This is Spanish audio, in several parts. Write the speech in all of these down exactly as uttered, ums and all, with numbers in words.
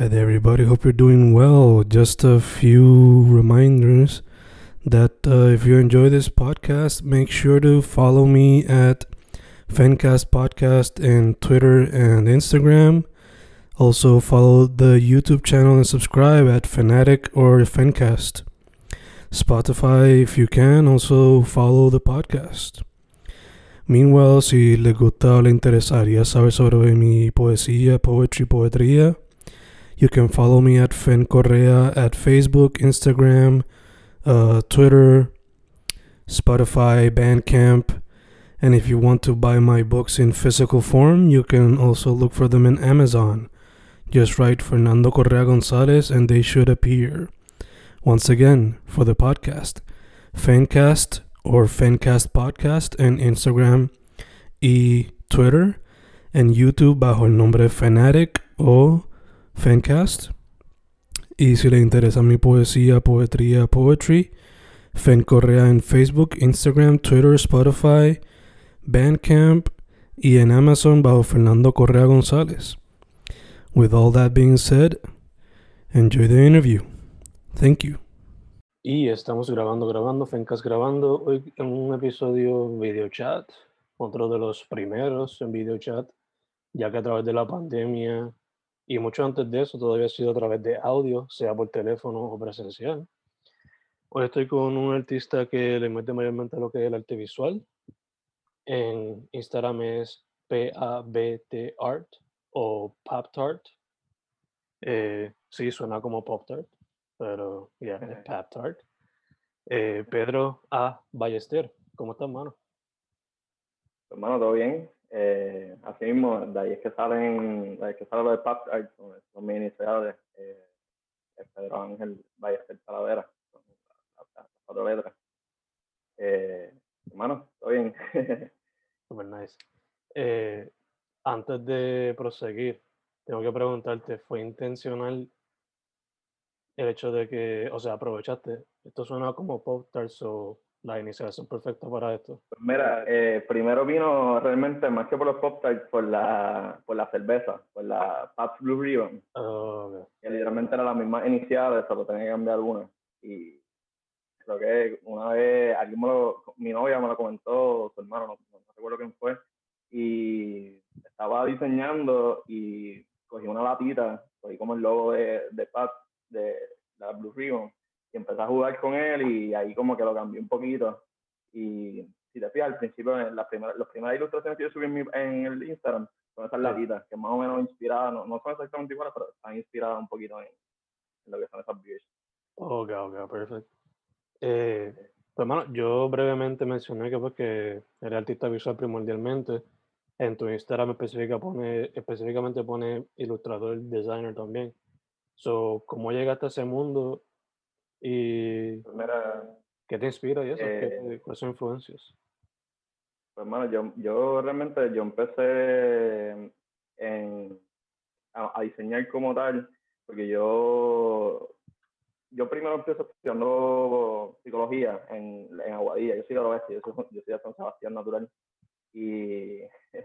Hi there, everybody. Hope you're doing well. Just a few reminders that uh, if you enjoy this podcast, make sure to follow me at Fencast Podcast in Twitter and Instagram. Also, follow the YouTube channel and subscribe at Fanatic or Fencast. Spotify, if you can, also follow the podcast. Meanwhile, si les gusta o le interesaría saber sobre mi poesía, poetry, poetría, you can follow me at Fen Correa at Facebook, Instagram, uh, Twitter, Spotify, Bandcamp. And if you want to buy my books in physical form, you can also look for them in Amazon. Just write Fernando Correa Gonzalez and they should appear. Once again, for the podcast, Fencast or Fencast Podcast en Instagram y Twitter, en YouTube bajo el nombre Fanatic o Fencast. Y si le interesa mi poesía, poetría, poetry, Fen Correa en Facebook, Instagram, Twitter, Spotify, Bandcamp y en Amazon bajo Fernando Correa González. With all that being said, enjoy the interview. Thank you. Y estamos grabando, grabando, Fencast grabando, hoy en un episodio video chat, otro de los primeros en video chat, ya que a través de la pandemia y mucho antes de eso todavía ha sido a través de audio, sea por teléfono o presencial. Hoy estoy con un artista que le mete mayormente a lo que es el arte visual. En Instagram es P A B T Art o Pop Tart. Eh, sí, suena como Pop Tart, pero ya, yeah, es Pop Tart. Eh, Pedro A. Ballester, ¿cómo estás, mano? Hermano, todo bien. Eh, así mismo, de ahí es que salen, de ahí es que sale lo de Pop Art, son, son mis iniciales, eh, es Pedro Ángel Ballester Talavera, son las, las cuatro letras. Eh, hermano, todo bien. Super nice. Eh, antes de proseguir, tengo que preguntarte, ¿fue intencional el hecho de que, o sea, aprovechaste? Esto suena como Pop Tarts o la iniciación perfecta para esto. Pues mira, eh, primero vino realmente más que por los Pop Tarts, por la, por la cerveza, por la Pabst Blue Ribbon. Oh, okay. Que literalmente era la misma iniciales, solo tenía que cambiar algunas. Y creo que una vez alguien me lo, mi novia me lo comentó, su hermano, no, no, no recuerdo quién fue, y estaba diseñando y cogí una latita, cogí como el logo de, de Pat, de, de la Blue Ribbon, y empecé a jugar con él y ahí como que lo cambié un poquito. Y si te fijas, al principio, las primeras, las primeras ilustraciones que yo subí en, mi, en el Instagram son esas latitas, que más o menos inspiradas, no, no son exactamente iguales, pero están inspiradas un poquito en, en lo que son esas beers. Ok, ok, perfecto. Eh, pues, hermano, yo brevemente mencioné que porque eres artista visual primordialmente. En tu Instagram específica pone, específicamente pone ilustrador, designer también. So, ¿cómo llegaste a ese mundo y Pues mira, qué te inspira y eso? eh, ¿Qué, ¿Cuáles son influencias? Pues, hermano, yo, yo realmente yo empecé en, a, a diseñar como tal, porque yo, yo primero empecé estudiando psicología en, en Aguadilla. Yo soy de oeste, yo soy, yo soy de San Sebastián natural. Y,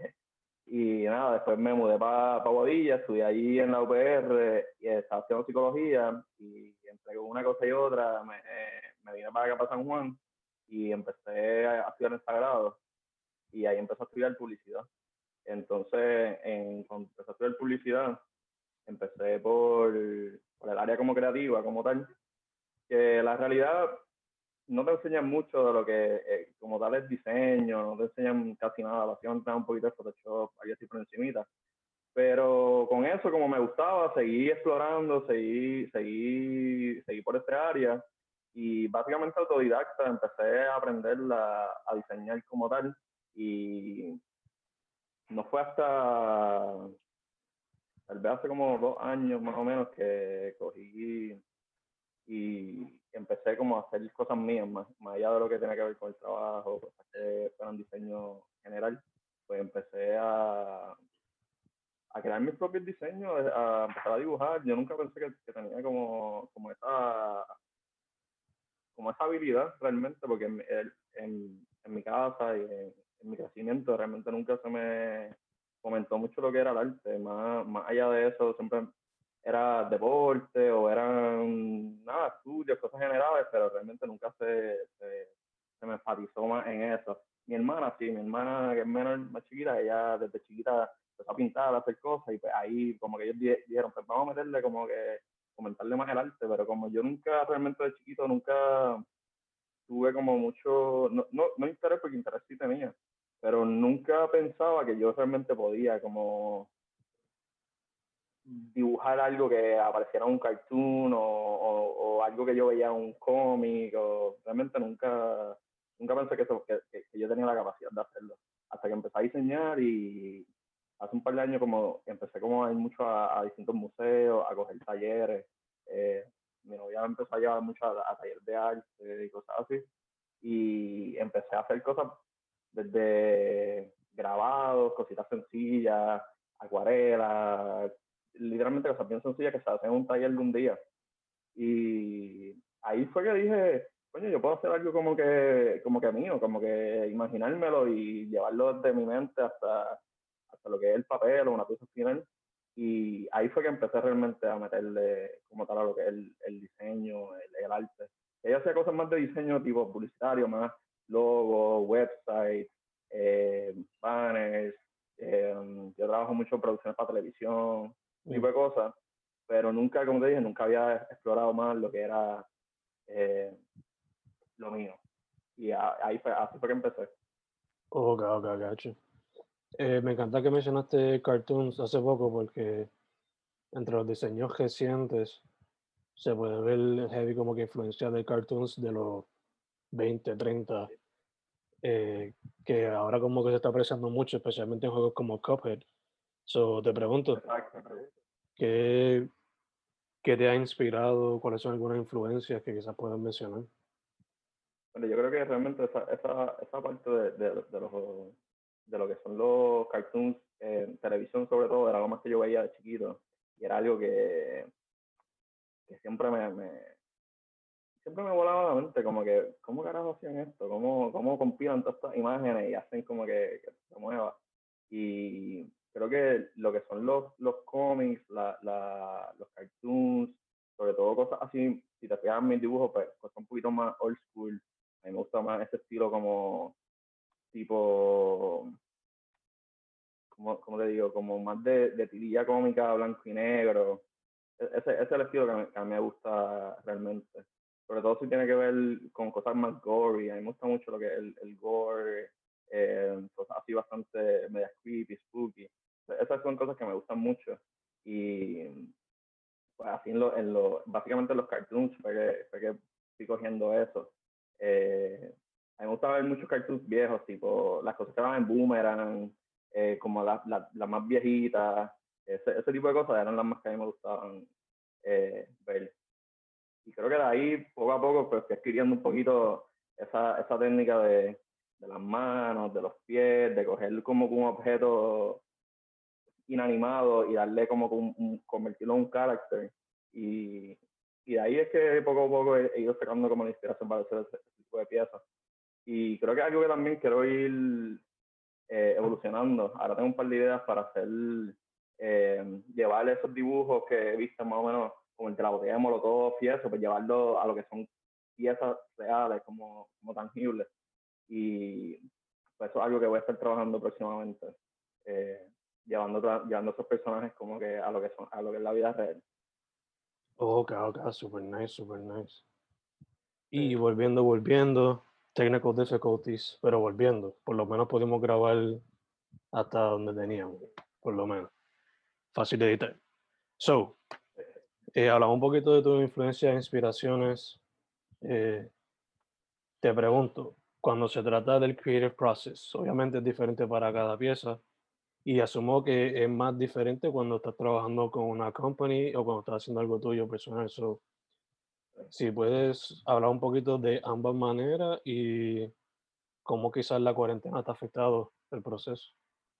y nada, después me mudé para pa Aguadilla, estudié ahí en la U P R y estaba haciendo psicología. Y entre una cosa y otra me, me vine para acá, para San Juan, y empecé a estudiar en Sagrado. Y ahí empecé a estudiar publicidad. Entonces, en, cuando empecé a estudiar publicidad, empecé por, por el área como creativa, como tal, que la realidad no te enseñan mucho de lo que eh, como tal es diseño, no te enseñan casi nada, básicamente un poquito de Photoshop, ahí así por encimita. Pero con eso, como me gustaba, seguí explorando, seguí, seguí, seguí por esta área y básicamente autodidacta empecé a aprender la, a diseñar como tal y no fue hasta tal vez hace como dos años más o menos que cogí y empecé como a hacer cosas mías, más, más allá de lo que tenía que ver con el trabajo, cosas que fueran diseño general, pues empecé a, a crear mis propios diseños, a empezar a dibujar. Yo nunca pensé que, que tenía como, como, esa, como esa habilidad realmente, porque en, en, en mi casa y en, en mi crecimiento realmente nunca se me comentó mucho lo que era el arte, más, más allá de eso siempre era deporte o eran, nada, estudios, cosas generales, pero realmente nunca se, se, se me enfatizó más en eso. Mi hermana, sí, mi hermana que es menor, más chiquita, ella desde chiquita empezó a pintar, a hacer cosas, y pues ahí como que ellos dijeron, pues vamos a meterle como que, comentarle más el arte, pero como yo nunca realmente de chiquito, nunca tuve como mucho, no, no, no interés porque interés sí tenía, pero nunca pensaba que yo realmente podía como dibujar algo que apareciera en un cartoon o, o, o algo que yo veía en un cómic, o realmente nunca, nunca pensé que, eso, que, que yo tenía la capacidad de hacerlo. Hasta que empecé a diseñar y hace un par de años como empecé como a ir mucho a, a distintos museos, a coger talleres. Eh, mi novia empezó a llevar mucho a, a talleres de arte y cosas así. Y empecé a hacer cosas desde grabados, cositas sencillas, acuarelas, literalmente cosas bien sencillas que se hacen en un taller de un día. Y ahí fue que dije, coño, yo puedo hacer algo como que, como que mío, como que imaginármelo y llevarlo desde mi mente hasta, hasta lo que es el papel o una pieza final. Y ahí fue que empecé realmente a meterle como tal a lo que es el, el diseño, el, el arte. Ella hacía cosas más de diseño tipo publicitario, más logos, websites, eh, banners. Eh, yo trabajo mucho en producciones para televisión, ese tipo de cosas, pero nunca, como te dije, nunca había explorado más lo que era eh, lo mío. Y a, ahí fue, así fue que empecé. Ok, ok, gacho. Eh, me encanta que mencionaste cartoons hace poco porque entre los diseños recientes se puede ver heavy como que influencia de cartoons de los veinte, treinta, eh, que ahora como que se está apreciando mucho, especialmente en juegos como Cuphead. So, te pregunto, Exacto. ¿qué, qué te ha inspirado? ¿Cuáles son algunas influencias que quizás puedas mencionar? Bueno, yo creo que realmente esa, esa, esa parte de, de, de, los, de lo que son los cartoons en televisión sobre todo era algo más que yo veía de chiquito y era algo que, que siempre me, me siempre me volaba la mente, como que, ¿cómo carajo hacían esto? ¿Cómo, cómo compilan todas estas imágenes y hacen como que, que se mueva? Y creo que lo que son los, los cómics, la, la, los cartoons, sobre todo cosas así, si te fijas en mis dibujos, pues cosas un poquito más old school. A mí me gusta más ese estilo como tipo, como, como te digo, como más de, de tirilla cómica, blanco y negro. E, Ese, ese es el estilo que, me, que a mí me gusta realmente. Sobre todo si tiene que ver con cosas más gory. A mí me gusta mucho lo que es el, el gore, eh, cosas así bastante media creepy, spooky. Esas son cosas que me gustan mucho. Y pues así en lo, en lo, básicamente en los cartoons fue que, fue que fui cogiendo eso. Eh, a mí me gusta ver muchos cartoons viejos, tipo las cosas que van en Boomerang, eh, como las la, la más viejitas, ese, ese tipo de cosas eran las más que a mí me gustaban eh, ver. Y creo que de ahí, poco a poco, pues fui adquiriendo un poquito esa, esa técnica de, de las manos, de los pies, de coger como un objeto inanimado y darle como un, un convertirlo en un carácter. Y, y de ahí es que poco a poco he, he ido sacando como la inspiración para hacer ese, ese tipo de piezas. Y creo que es algo que también quiero ir eh, evolucionando. Ahora tengo un par de ideas para hacer, eh, llevar esos dibujos que he visto más o menos como el de la botella de Molotov y eso, pues llevarlo a lo que son piezas reales, como, como tangibles. Y pues eso es algo que voy a estar trabajando próximamente. Eh, llevando, llevando esos personajes como que a lo que son, a lo que es la vida real. Ok, ok, super nice, super nice. Y Sí. volviendo, volviendo, technical difficulties, pero volviendo, por lo menos pudimos grabar hasta donde teníamos, por lo menos. Fácil de editar. So, eh, hablamos un poquito de tus influencias e inspiraciones. Eh, te pregunto, cuando se trata del creative process, obviamente es diferente para cada pieza y asumo que es más diferente cuando estás trabajando con una company o cuando estás haciendo algo tuyo personal. So, si puedes hablar un poquito de ambas maneras y cómo quizás la cuarentena te ha afectado el proceso.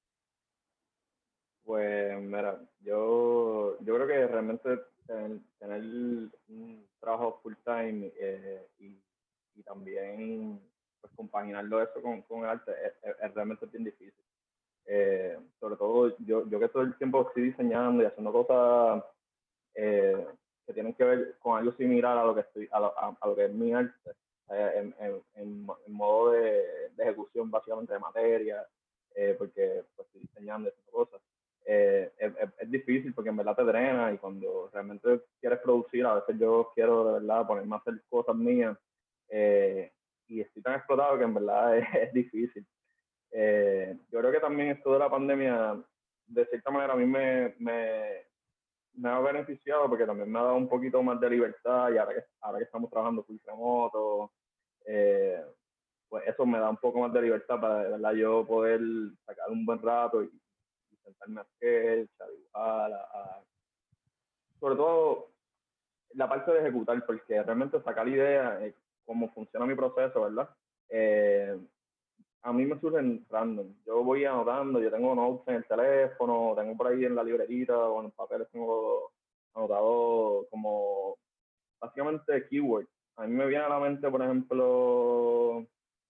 Pues mira, yo, yo creo que realmente tener, tener un trabajo full time eh, y, y también pues compaginarlo eso con, con el arte es, es, es realmente bien difícil. Eh, sobre todo yo, yo que todo el tiempo estoy diseñando y haciendo cosas eh, que tienen que ver con algo similar a lo que estoy, a lo, a, a lo que es mi arte, eh, en, en, en, en, modo de, de ejecución básicamente de materia, eh, porque pues, estoy diseñando esas cosas. Eh, es, es, es difícil porque en verdad te drena, y cuando realmente quieres producir, a veces yo quiero de verdad ponerme a hacer cosas mías, eh, y estoy tan explotado que en verdad es, es difícil. Eh, yo creo que también esto de la pandemia, de cierta manera, a mí me, me, me ha beneficiado porque también me ha dado un poquito más de libertad, y ahora que, ahora que estamos trabajando full remoto, eh, pues eso me da un poco más de libertad para de verdad yo poder sacar un buen rato y, y sentarme a sketch, a dibujar, a, a, sobre todo la parte de ejecutar, porque realmente sacar ideas, eh, cómo funciona mi proceso, ¿verdad? Eh, a mí me surgen random. Yo voy anotando, yo tengo notes en el teléfono, tengo por ahí en la librerita o en los papeles, tengo anotado como básicamente keywords. A mí me viene a la mente, por ejemplo,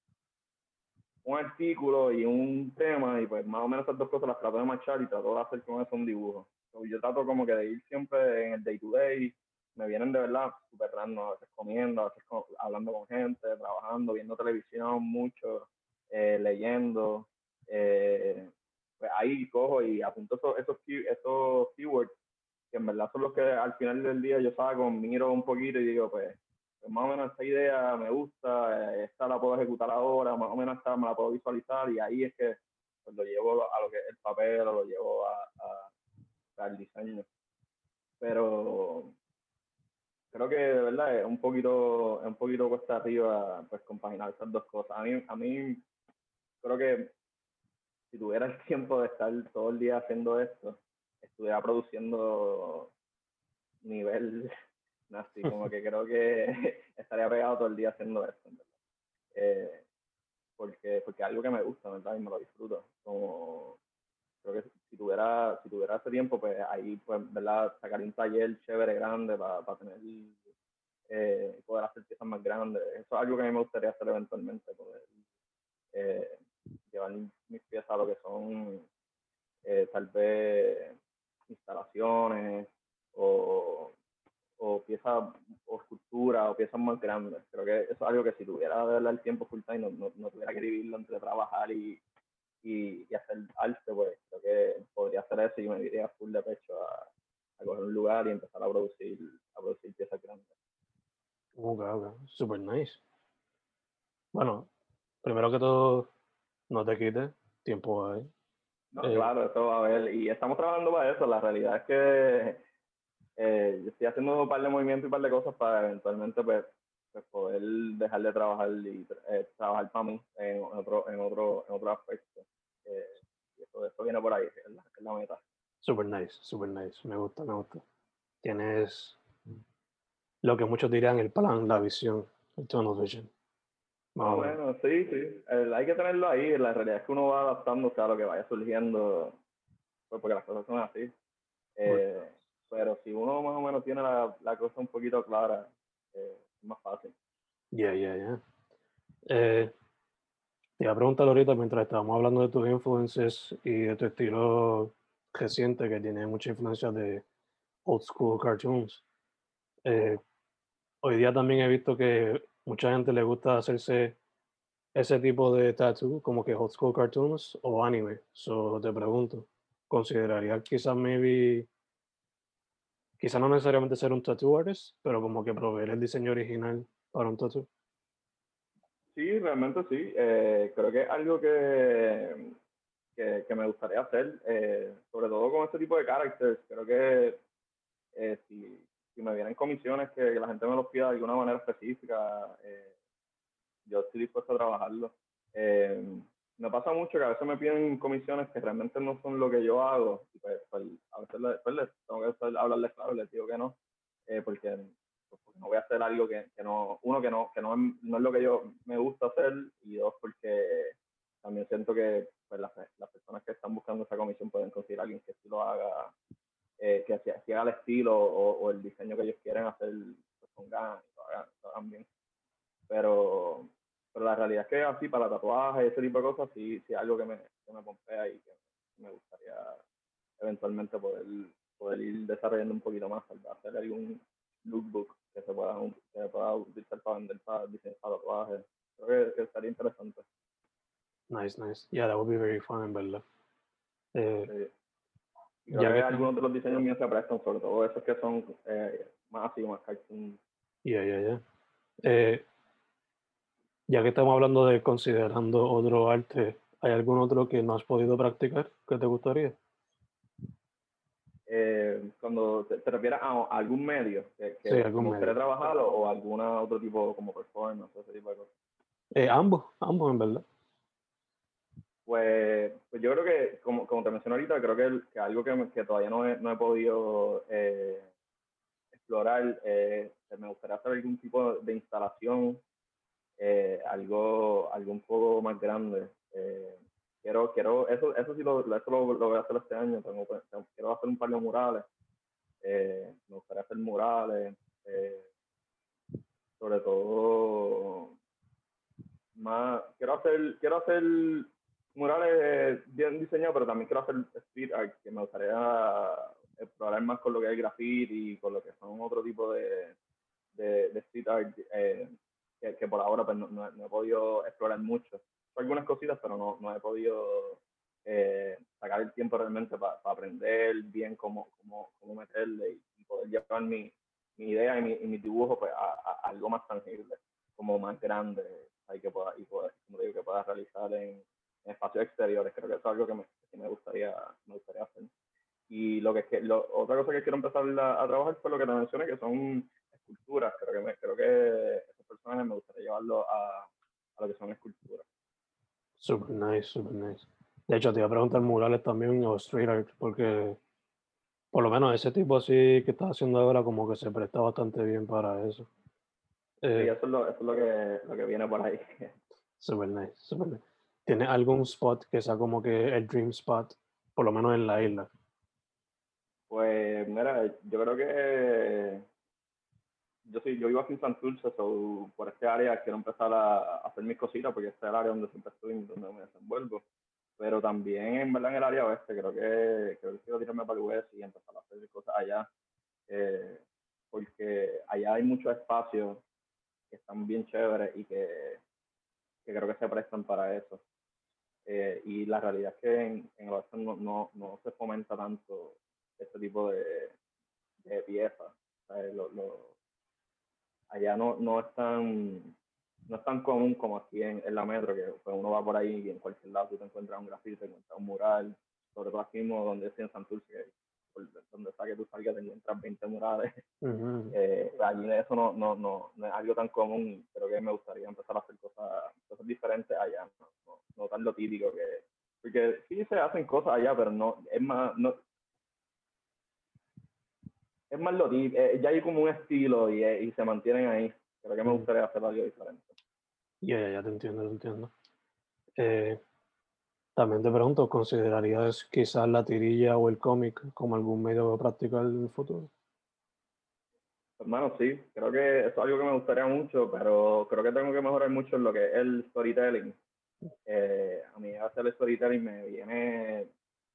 un artículo y un tema, y pues más o menos esas dos cosas las trato de machar y trato de hacer con eso un dibujo. So, yo trato como que de ir siempre en el day to day, me vienen de verdad súper random, a veces comiendo, a veces con, hablando con gente, trabajando, viendo televisión mucho, eh, leyendo, eh, pues ahí cojo y apunto esos, esos, key, esos keywords, que en verdad son los que al final del día yo saco, miro un poquito y digo, pues, pues más o menos esta idea me gusta, eh, esta la puedo ejecutar ahora, más o menos esta me la puedo visualizar, y ahí es que pues, lo llevo a lo que es el papel, o lo llevo a, a, al diseño. Pero creo que de verdad es un poquito, es un poquito cuesta arriba pues compaginar esas dos cosas. A mí, a mí creo que si tuviera el tiempo de estar todo el día haciendo esto, estuviera produciendo nivel nasty, como que creo que estaría pegado todo el día haciendo esto, ¿verdad? Eh, porque, porque es algo que me gusta, ¿verdad? Y me lo disfruto. Como, creo que si tuviera, si tuviera ese tiempo, pues ahí, pues, ¿verdad? Sacar un taller chévere, grande, para pa tener, eh, poder hacer piezas más grandes. Eso es algo que a mí me gustaría hacer eventualmente, poder eh, llevar mis piezas a lo que son, eh, tal vez, instalaciones, o, o piezas, o esculturas, o piezas más grandes. Creo que eso es algo que si tuviera de verdad el tiempo full time, no, no, no tuviera que dividirlo entre trabajar y, y, y hacer arte, pues creo que podría hacer eso y me iría full de pecho a, a coger un lugar y empezar a producir, a producir piezas grandes. Ok, ok, super nice. Bueno, primero que todo, no te quites, tiempo hay. No, Eh, claro, eso va a haber, y estamos trabajando para eso. La realidad es que eh, yo estoy haciendo un par de movimientos y un par de cosas para eventualmente pues, pues poder dejar de trabajar y eh, trabajar para mí en otro, en otro, en otro aspecto. Eh, y eso, eso viene por ahí, es la, es la meta. super nice, super nice. Me gusta, me gusta. Tienes lo que muchos dirían el plan, la visión, el tunnel vision. Más o menos, sí, sí. El, hay que tenerlo ahí. La realidad es que uno va adaptándose a lo que vaya surgiendo, pues porque las cosas son así. Eh, pero si uno más o menos tiene la, la cosa un poquito clara, eh, es más fácil. Yeah, yeah, yeah. Eh, te iba a preguntar ahorita, mientras estábamos hablando de tus influences y de tu estilo reciente, que tiene mucha influencia de old school cartoons. Eh, hoy día también he visto que mucha gente le gusta hacerse ese tipo de tattoo, como que old school cartoons o anime. So te pregunto, ¿considerarías quizás maybe, quizás no necesariamente ser un tattoo artist, pero como que proveer el diseño original para un tattoo? Sí, realmente sí. Eh, creo que es algo que, que, que me gustaría hacer, eh, sobre todo con este tipo de characters. Creo que eh, si, si me vienen comisiones que, que la gente me los pida de alguna manera específica, eh, yo estoy dispuesto a trabajarlo. Eh, me pasa mucho que a veces me piden comisiones que realmente no son lo que yo hago, y pues, pues, a veces les, pues, les tengo que hablarles claro, les digo que no, eh, porque, pues, porque no voy a hacer algo que, que no, uno, que no, que no es, no es lo que yo me gusta hacer, y dos, porque también siento que pues, las, las personas que están buscando esa comisión pueden conseguir a alguien que sí lo haga, eh, que si, si haga el estilo o, o, el diseño que ellos quieren hacer, pues, con ganas, y lo hagan, lo hagan bien. Pero, pero la realidad es que así para tatuajes y ese tipo de cosas sí, sí es algo que me, que me pompea y que me gustaría eventualmente poder poder ir desarrollando un poquito más, tal vez hacer algún lookbook que se pueda, que se pueda utilizar para vender, para diseñar para tatuajes. Creo que, que estaría interesante. Nice, nice. Yeah, that would be very fun, en verdad. Eh, sí. Creo ya que que algunos de los diseños míos se prestan, sobre todo esos que son eh, más así, más cartoon. Yeah, yeah, yeah. Eh, ya que estamos hablando de considerando otro arte, ¿hay algún otro que no has podido practicar que te gustaría? Eh, cuando te, te refieres a, a algún medio que, que Sí, me algún gustaría medio. trabajar o, o algún otro tipo como performance, ese tipo de cosas. Eh, ambos, ambos en verdad. Pues, pues yo creo que, como, como te mencioné ahorita, creo que, el, que algo que, me, que todavía no he, no he podido eh, explorar, eh, me gustaría hacer algún tipo de instalación, eh, algo, algo un poco más grande. Eh, quiero, quiero, eso, eso sí lo, eso lo, lo voy a hacer este año. Tengo, tengo, quiero hacer un par de murales. Eh, me gustaría hacer murales, eh, sobre todo más, quiero hacer, quiero hacer murales bien diseñados, pero también quiero hacer street art, que me gustaría explorar más con lo que es graffiti y con lo que son otro tipo de, de, de street art, eh, que, que, por ahora pues, no, no, no, he podido explorar mucho. Algunas cositas, pero no, no he podido eh, sacar el tiempo realmente para pa aprender bien cómo, cómo, cómo meterle y, y poder llevar mi, mi idea y mi, y mi dibujo pues, a, a, a algo más tangible, como más grande, y que pueda, y pueda, como digo, que pueda realizar en, en espacios exteriores. Creo que eso es algo que me, que me, gustaría, me gustaría hacer. Y lo que, que lo, otra cosa que quiero empezar a, a trabajar fue lo que te mencioné, que son esculturas. Creo que, me, creo que esos personajes me gustaría llevarlo a, a lo que son esculturas. Super nice, super nice. De hecho, te iba a preguntar murales también o street art, porque por lo menos ese tipo así que estás haciendo ahora como que se presta bastante bien para eso. Eh, sí, Eh, eso es, lo, eso es lo, que, lo que viene por ahí. Super nice, super nice. ¿Tienes algún spot que sea como que el dream spot, por lo menos en la isla? Pues mira, yo creo que yo sí, yo vivo aquí en Santurce, so, por este área quiero empezar a, a hacer mis cositas, porque este es el área donde siempre estoy, donde me desenvuelvo. Pero también, en verdad, en el área oeste, creo que, creo que quiero tirarme para el oeste y empezar a hacer cosas allá. Eh, porque allá hay muchos espacios que están bien chéveres y que, que creo que se prestan para eso. Eh, y la realidad es que en, en el oeste no, no, no se fomenta tanto este tipo de, de piezas. O sea, lo, lo, allá no, no es tan no es tan común como aquí en, en la metro, que pues, uno va por ahí y en cualquier lado tú te encuentras un grafiti, te encuentras un mural, sobre todo aquí mismo donde es en Santurce, que por donde sea que tú salgas te encuentras veinte murales. Uh-huh. Eh, allí eso no, no, no, no es algo tan común, creo que me gustaría empezar a hacer cosas, cosas diferentes allá, no, no, no tan lo típico que, porque sí se hacen cosas allá, pero no, es más, no, es más lo típico, eh, ya hay como un estilo y, y se mantienen ahí, creo que me Uh-huh. gustaría hacer algo diferente. Ya, ya, ya te entiendo, te entiendo. Eh, también te pregunto, ¿considerarías quizás la tirilla o el cómic como algún medio de practicar en el futuro? Hermano, sí, creo que eso es algo que me gustaría mucho, pero creo que tengo que mejorar mucho en lo que es el storytelling. Eh, a mí hacer el storytelling me viene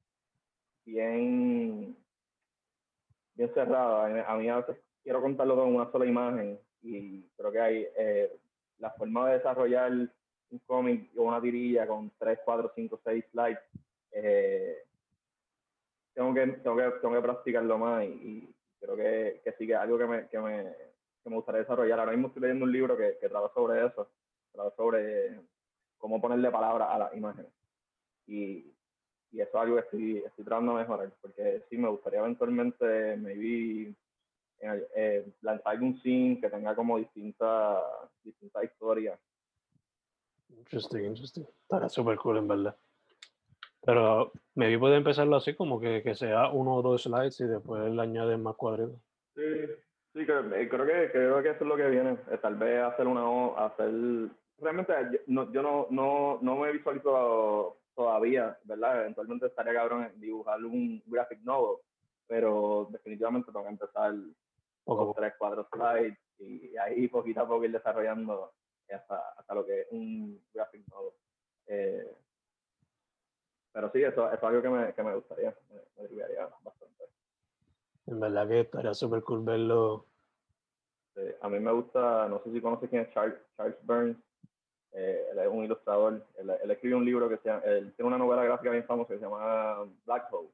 bien, bien cerrado. A mí, a mí a veces quiero contarlo con una sola imagen y creo que hay eh, la forma de desarrollar un cómic o una tirilla con tres, cuatro, cinco, seis slides. Eh, tengo, que, tengo, que, tengo que practicarlo más y, y creo que, que sí que es algo que me, que me que me gustaría desarrollar. Ahora mismo estoy leyendo un libro que, que trata sobre eso, trata sobre cómo ponerle palabras a las imágenes. Y, y eso es algo que estoy, estoy tratando de mejorar, porque sí me gustaría eventualmente, maybe, eh, lanzar algún scene que tenga como distintas distintas historias. Interesting, interesting. Estaría súper cool, en verdad. Pero maybe puede empezarlo así, como que, que sea uno o dos slides y después le añaden más cuadritos. Sí, sí, creo, creo que creo que eso es lo que viene. Tal vez hacer una hacer realmente yo no yo no no no me visualizo todavía, ¿verdad? Eventualmente estaría cabrón dibujar un graphic novel, pero definitivamente tengo que empezar Poco a dos, poco. tres, cuatro slides y ahí poquito a poco ir desarrollando hasta, hasta lo que es un graphic novel. Eh, pero sí, eso, eso es algo que me, que me gustaría, me, me ayudaría bastante. En verdad que estaría súper cool verlo. Eh, a mí me gusta, no sé si conoces quién es Charles, Charles Burns, eh, él es un ilustrador, él, él escribió un libro que se llama, él tiene una novela gráfica bien famosa que se llama Black Hole,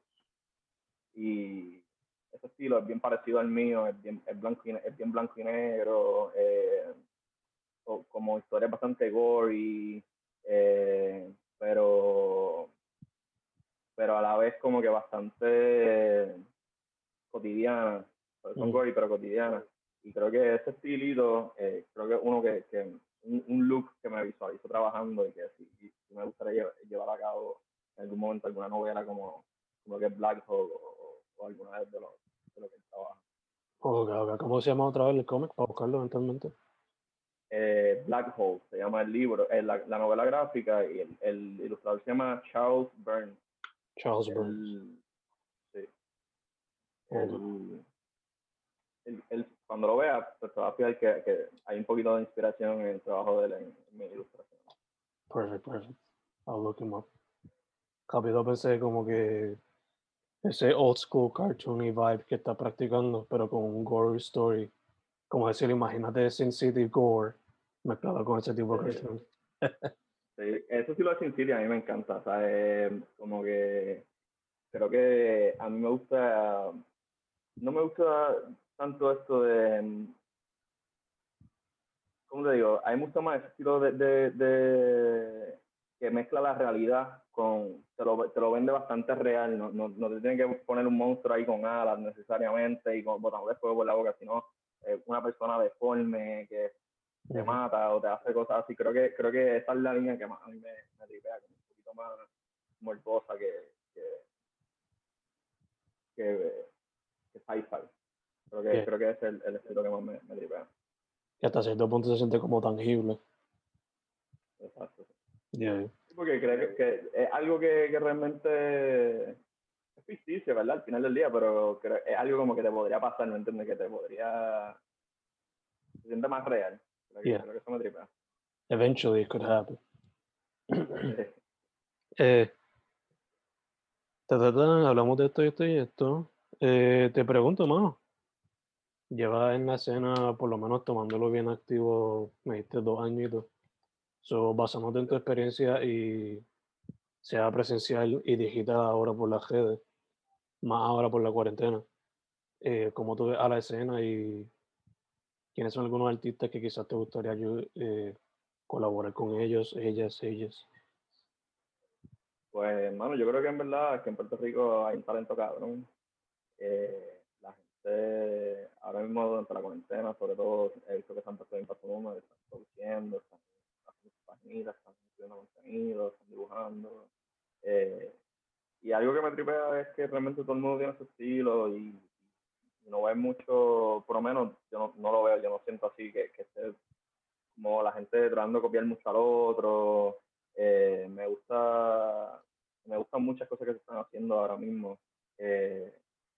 y ese estilo es bien parecido al mío, es bien, es blanco y, es bien blanco y negro, eh, o, como historias bastante gory, eh, pero, pero a la vez como que bastante cotidianas, son Mm. gory pero cotidianas. Y creo que ese estilito, eh, creo que es uno que, que un, un, look que me visualizo trabajando y que sí, sí me gustaría llevar, llevar, a cabo en algún momento alguna novela como, como que es Black Hole o, o alguna vez de lo, de lo que él trabaja. Ok, ok. ¿Cómo se llama otra vez el cómic para buscarlo eventualmente? Eh, Black Hole se llama el libro, eh, la, la, novela gráfica, y el, el, ilustrador se llama Charles Burns. Charles Burns. El, sí, Okay. el, el, el, cuando lo veas, pues te vas a fijar que, que hay un poquito de inspiración en el trabajo de él en, en mi ilustración. Perfect, perfect. I'll look him up. Rápido pensé como que ese old school cartoony vibe que está practicando, pero con un gore story. Como decir, imagínate Sin City gore mezclado con ese tipo de Eh, cartoon. sí, eso sí lo de Sin City a mí me encanta, o sea, eh, como que creo que a mí me gusta, no me gusta tanto esto de, ¿cómo te digo? Hay mucho más estilo de, de, de, que mezcla la realidad con, te lo, te lo vende bastante real, no, no, no te tienen que poner un monstruo ahí con alas necesariamente y con botones de fuego por la boca, sino eh, una persona deforme que te Uh-huh. mata o te hace cosas así. Creo que, creo que esa es la línea que más a mí me, me tripea, como un poquito más morbosa que, que, que, que sci-fi. Creo que, Yeah. creo que es el, el estilo que más me, me tripea. Que hasta cierto punto se siente como tangible. Exacto. Yeah. Porque creo que, que es algo que, que realmente es ficticio, ¿verdad? Al final del día, pero creo, es algo como que te podría pasar, ¿no entiendes? Que te podría... Se siente más real. Creo que, Yeah. creo que eso me tripea. Eventually it could happen. Sí. eh, ta, ta, ta, hablamos de esto y esto y esto. Eh, te pregunto, mano. Llevas en la escena, por lo menos tomándolo bien activo, me dijiste dos añitos. So, basándote en tu experiencia y sea presencial y digital ahora por las redes, más ahora por la cuarentena, eh, ¿cómo tú ves a la escena y quiénes son algunos artistas que quizás te gustaría eh, colaborar con ellos, ellas, ellas? Pues, hermano, yo creo que en verdad que en Puerto Rico hay un talento cabrón. Eh, la gente, ahora mismo durante la cuarentena, sobre todo, he visto que se han puesto en paso número, están produciendo, están haciendo sus páginas, están subiendo contenido, están dibujando. Eh, y algo que me tripea es que realmente todo el mundo tiene su estilo y, y no ves mucho, por lo menos yo no, no lo veo, yo no siento así que, que esté como la gente tratando de copiar mucho al otro. Eh, me gusta, me gustan muchas cosas que se están haciendo ahora mismo. Eh,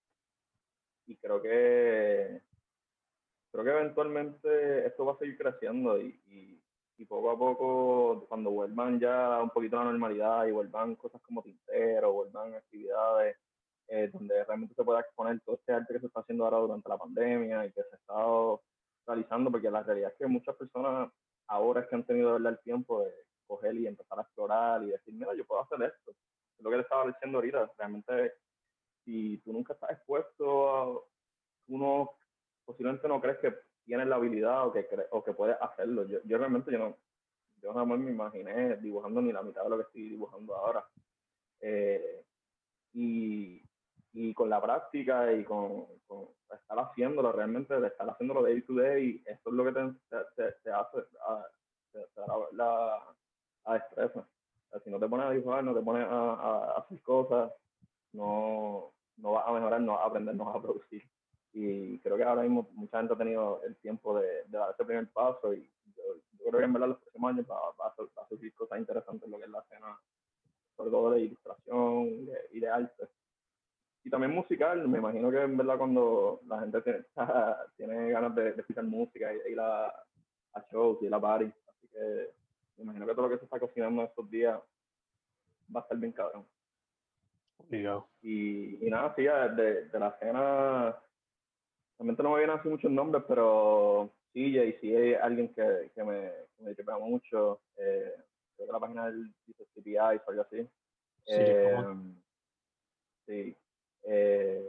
y creo que creo que eventualmente esto va a seguir creciendo y, y, y poco a poco, cuando vuelvan ya un poquito a la normalidad y vuelvan cosas como Tintero, vuelvan actividades eh, donde realmente se pueda exponer todo este arte que se está haciendo ahora durante la pandemia y que se ha estado realizando, porque la realidad es que muchas personas ahora es que han tenido de verdad el tiempo de coger y empezar a explorar y decir, mira, yo puedo hacer esto. Es lo que le estaba diciendo ahorita, realmente si tú nunca estás expuesto a uno posiblemente no crees que tienes la habilidad o que, cre o que puedes hacerlo. Yo, yo realmente yo no, yo jamás me imaginé dibujando ni la mitad de lo que estoy dibujando ahora. Eh, y, y con la práctica y con, con, estar haciéndolo realmente, de estar haciéndolo day to day, esto es lo que te, te, te hace, a, te, te da la, la destreza. O sea, si no te pones a dibujar, no te pones a, a, a hacer cosas, no, no vas a mejorar, no vas a aprender, no vas a producir. Y creo que ahora mismo mucha gente ha tenido el tiempo de, de dar ese primer paso y yo, yo creo que en verdad los próximos años va, va, a, va a surgir cosas interesantes en lo que es la escena, sobre todo de ilustración y de, y de arte. Y también musical, me imagino que en verdad cuando la gente tiene, tiene ganas de, de escuchar música y de ir a, a shows y ir a parties, así que me imagino que todo lo que se está cocinando estos días va a estar bien cabrón. Obligado. Y, y nada, sí, de, de la escena, realmente no me vienen así muchos nombres, pero sí, Jay, sí hay alguien que, que me, que me tripea mucho. Eh, creo que la página del dice C P I o algo así. Sí, Eh, como sí. Eh,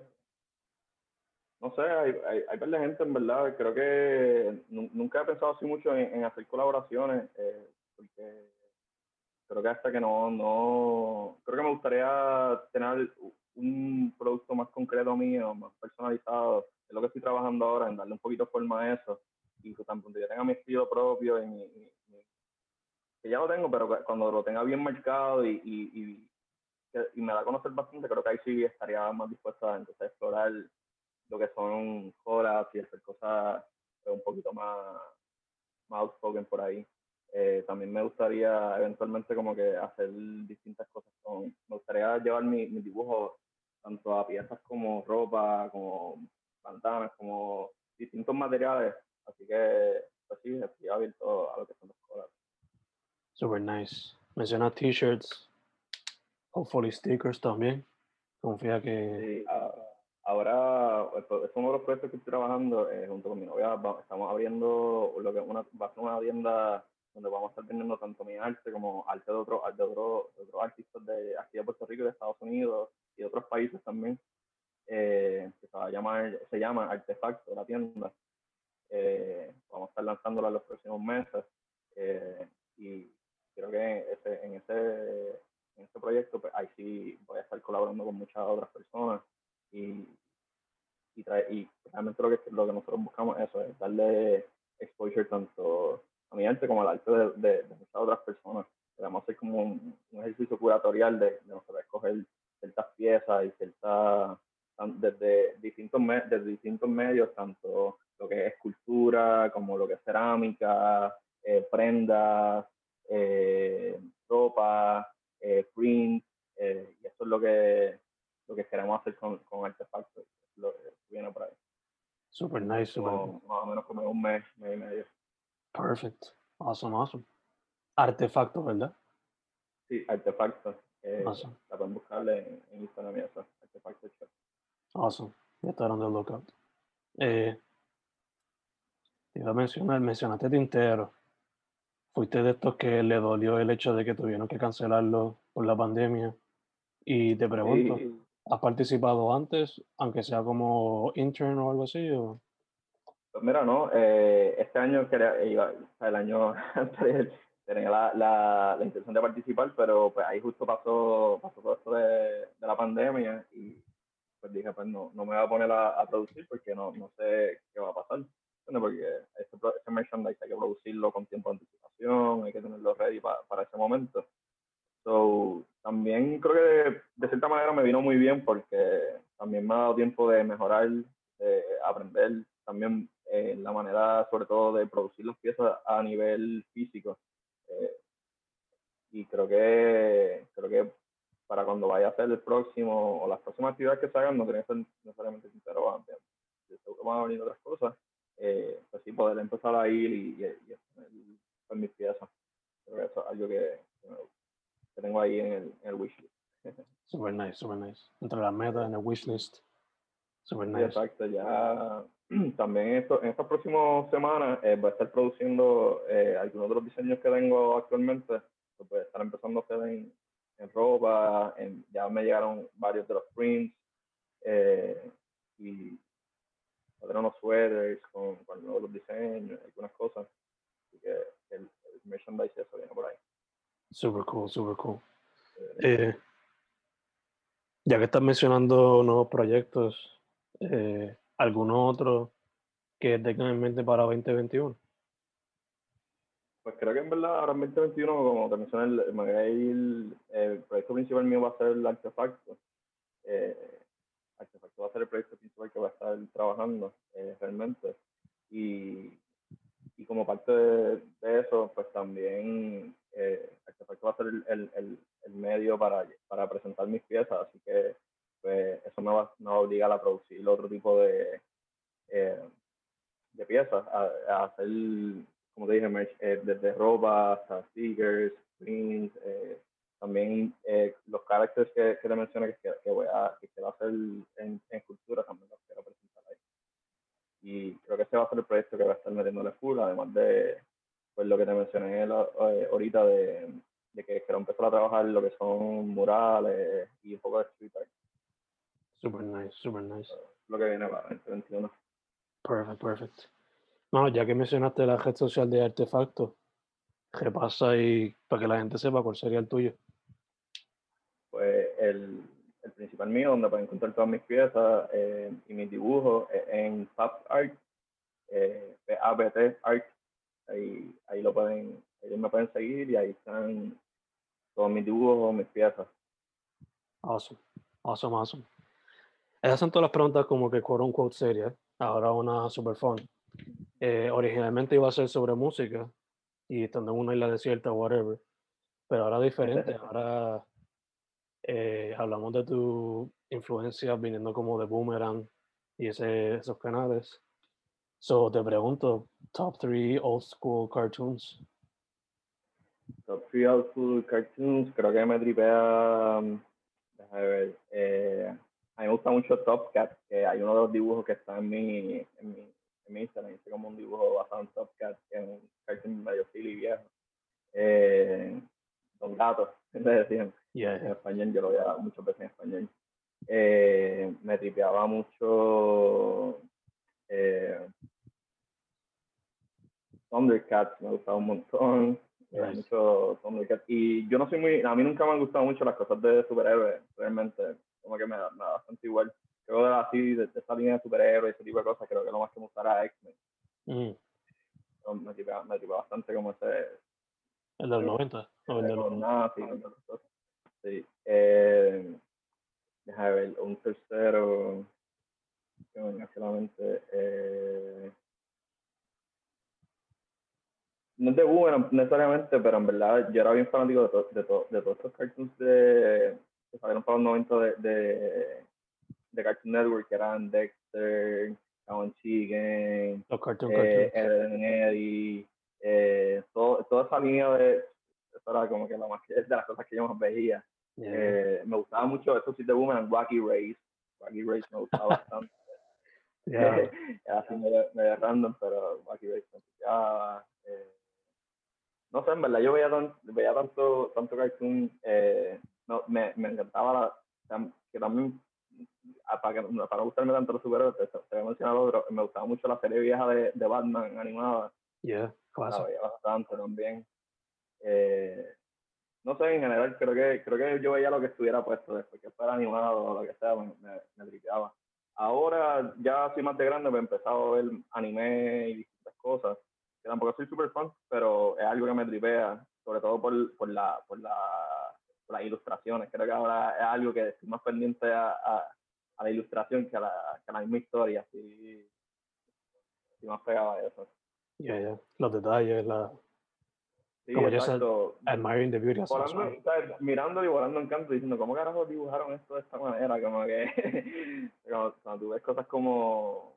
no sé, hay, hay, hay varias gente en verdad. Creo que nu- nunca he pensado así mucho en, en hacer colaboraciones, eh, porque creo que hasta que no, no, creo que me gustaría tener un producto más concreto mío, más personalizado, es lo que estoy trabajando ahora, en darle un poquito de forma a eso, y que tan pronto yo tenga mi estilo propio, y mi, mi- mi- que ya lo tengo, pero que cuando lo tenga bien marcado y, y, y, y me da a conocer bastante, creo que ahí sí estaría más dispuesto a entonces explorar lo que son horas y hacer cosas un poquito más, más outspoken por ahí. Eh, también me gustaría eventualmente como que hacer distintas cosas con, me gustaría llevar mi, mi dibujo tanto a piezas como ropa, como bandanas, como distintos materiales, así que pues sí, estoy abierto a lo que son las cosas. super nice. Menciona t-shirts, hopefully stickers también. Confía que Sí, a- ahora es uno de los proyectos que estoy trabajando eh, junto con mi novia. va- Estamos abriendo lo que es una, va a ser una tienda donde vamos a estar vendiendo tanto mi arte como arte de otros de otro, de otros artistas de aquí de Puerto Rico y de Estados Unidos y de otros países también. Eh, que se va a llamar, se llama Artefacto, la tienda. Eh, vamos a estar lanzándola en los próximos meses. Eh, y creo que ese, en, ese, en ese proyecto, pues ahí sí voy a estar colaborando con muchas otras personas y, y, trae, y realmente lo que, lo que nosotros buscamos es eso, es darle exposure tanto a mi arte como al arte de, de, de muchas otras personas. Queremos hacer como un, un ejercicio curatorial de, de nosotros escoger ciertas piezas y ciertas, desde distintos, desde distintos medios, tanto lo que es escultura, como lo que es cerámica, eh, prendas, eh, ropa, eh, print, eh, y eso es lo que, lo que queremos hacer con, con Artefacto, lo que viene por ahí. super En nice, super próximo, más o menos como un mes, mes y medio. perfect. Awesome, awesome. Artefacto, ¿verdad? Sí, Artefacto. Eh, Awesome, la pueden buscarle en, en Instagram y eso, Artefacto Chef. awesome. Ya estar on the lookout. Eh, te iba a mencionar, mencionaste Tintero. Fuiste de estos que le dolió el hecho de que tuvieron que cancelarlo por la pandemia. Y te pregunto, Sí, ¿has participado antes, aunque sea como intern o algo así? O... pues mira, no, eh, este año, quería, iba, o sea, el año anterior, tenía la, la, la intención de participar, pero pues ahí justo pasó, pasó todo esto de, de la pandemia y pues dije, pues no, no me voy a poner a, a producir porque no, no sé qué va a pasar. Bueno, porque este, este merchandise hay que producirlo con tiempo de anticipación, hay que tenerlo ready pa, para ese momento. So, también creo que de cierta manera me vino muy bien porque también me ha dado tiempo de mejorar, de aprender también eh, la manera, sobre todo, de producir las piezas a nivel físico. Eh, y creo que, creo que para cuando vaya a ser el próximo o las próximas actividades que se hagan, no tiene que ser necesariamente sincero, van, seguro van a venir otras cosas. Eh, pues sí, poder empezar a ir y, y, y hacer pues, mis piezas. Creo que eso es algo que, que tengo ahí en el, en el wishlist. Super nice, super nice. Entre las metas, en el wishlist. Super Sí, nice. exacto. Ya también esto, en estas próximas semanas eh, voy a estar produciendo eh, algunos de los diseños que tengo actualmente. Pues voy a estar empezando a hacer en, en ropa, en, ya me llegaron varios de los prints eh, y hacer unos sweaters con, con algunos de los diseños, algunas cosas. Así que el, el merchandise eso viene por ahí. Super cool, super cool. Eh, Eh, ya que estás mencionando nuevos proyectos, eh, ¿alguno otro que tengan en mente para veinte veintiuno? Pues creo que en verdad ahora en veinte veintiuno, como te mencioné, el, me voy a ir, el proyecto principal mío va a ser el artefacto. Eh, Artefacto va a ser el proyecto principal que va a estar trabajando eh, realmente. Y, y como parte de, de, eso, pues también eh, Artefacto va a ser el, el, el, el medio para, para presentar mis piezas. Así que pues, eso me va, me va a obligar a producir otro tipo de, eh, de piezas, a, a hacer, como te dije, merch, eh, desde ropa hasta stickers, prints, eh, también eh, los characters que, que te mencioné que, que voy a que quiero hacer en, en cultura también los quiero presentar ahí. Y creo que ese va a ser el proyecto que va a estar metiendo la escuela, además de pues lo que te mencioné la, eh, ahorita de, de que quiero empezar a trabajar lo que son murales y un poco de street art. Super nice, super nice. Lo que viene para el veintiuno. Perfect, perfect. Bueno, ya que mencionaste la red social de Artefacto, ¿qué pasa y para que la gente sepa cuál sería el tuyo? Pues el, el principal mío, donde pueden encontrar todas mis piezas eh, y mis dibujos, eh, en Pap Art, eh, P A B T Art, ahí, ahí lo pueden, ellos me pueden seguir y ahí están todos mis dibujos, mis piezas. Awesome, awesome, awesome. Esas son todas las preguntas como que quote unquote serias. Ahora una super fun. Eh, originalmente iba a ser sobre música y estando en una isla desierta, whatever. Pero ahora diferente. Ahora eh, hablamos de tu influencia viniendo como de Boomerang y ese, esos canales. So te pregunto, top three old school cartoons. Top three old school cartoons, creo que me tripea, um, déjame ver, eh, a mí me gusta mucho Top Cat, que hay uno de los dibujos que está en mi, en mi, en mi Instagram, hice como un dibujo basado en Top Cat, que es un cartoon medio silly viejo. Eh, Don Gato, le decían. Yeah, En yeah. español, yo lo veía muchas veces en español. Eh, me tripeaba mucho eh, Thundercats, me gustaba un montón. Eh, Nice. mucho Thundercats. Y yo no soy muy, a mí nunca me han gustado mucho las cosas de superhéroes, realmente. Como que me da, me da bastante igual. Creo que así, de, de esa línea de superhéroes, ese tipo de cosas, creo que lo más que me gustará es X-Men. Mm. Me tripeaba, me tripeaba bastante como ese. El de los noventa. O el de los... Con nazis, y esas cosas. Sí. Eh, Déjame ver, un tercero que me venga hacia la mente. Eh, no es de Boomerang necesariamente, pero en verdad yo era bien fanático de, to, de, to, de todos estos cartoons de, que salieron para los noventa de, de, de Cartoon Network, que eran Dexter, Cow and Chicken, Los cartoon eh, cartoons. Ed and Eddie, eh, todo, toda esa línea de, eso era como que lo más que, de las cosas que yo más veía. Yeah. Eh, me gustaba mucho eso sí de Boomerang, Wacky Race. Wacky Race me gustaba bastante. Yeah. Así medio, medio random, pero Wacky Race me gustaba. Eh, no sé, en verdad yo veía, tan, veía tanto, tanto cartoon, eh, no, me, me encantaba la, tam, que también, para, que, para no gustarme tanto los superhéroes, te, te había mencionado otro, me gustaba mucho la serie vieja de, de Batman animada. Yeah, la classic. veía bastante también. Eh, no sé, en general, creo que, creo que yo veía lo que estuviera puesto, después que fuera animado o lo que sea, me, me, me tripeaba. Ahora, ya soy más de grande, me he empezado a ver anime y distintas cosas, que tampoco soy super fan, pero es algo que me tripea, sobre todo por, por, la, por, la, por las ilustraciones. Creo que ahora es algo que estoy más pendiente a, a, a la ilustración que a la, que a la misma historia, así, así más pegaba a eso. Yeah, yeah. Los detalles, la... Sí, Como yo sé, exacto. admiring the beauty of Volando, ¿sabes? Mirando y volando en canto diciendo, ¿cómo carajo dibujaron esto de esta manera? Como que, cuando, cuando tú ves cosas como,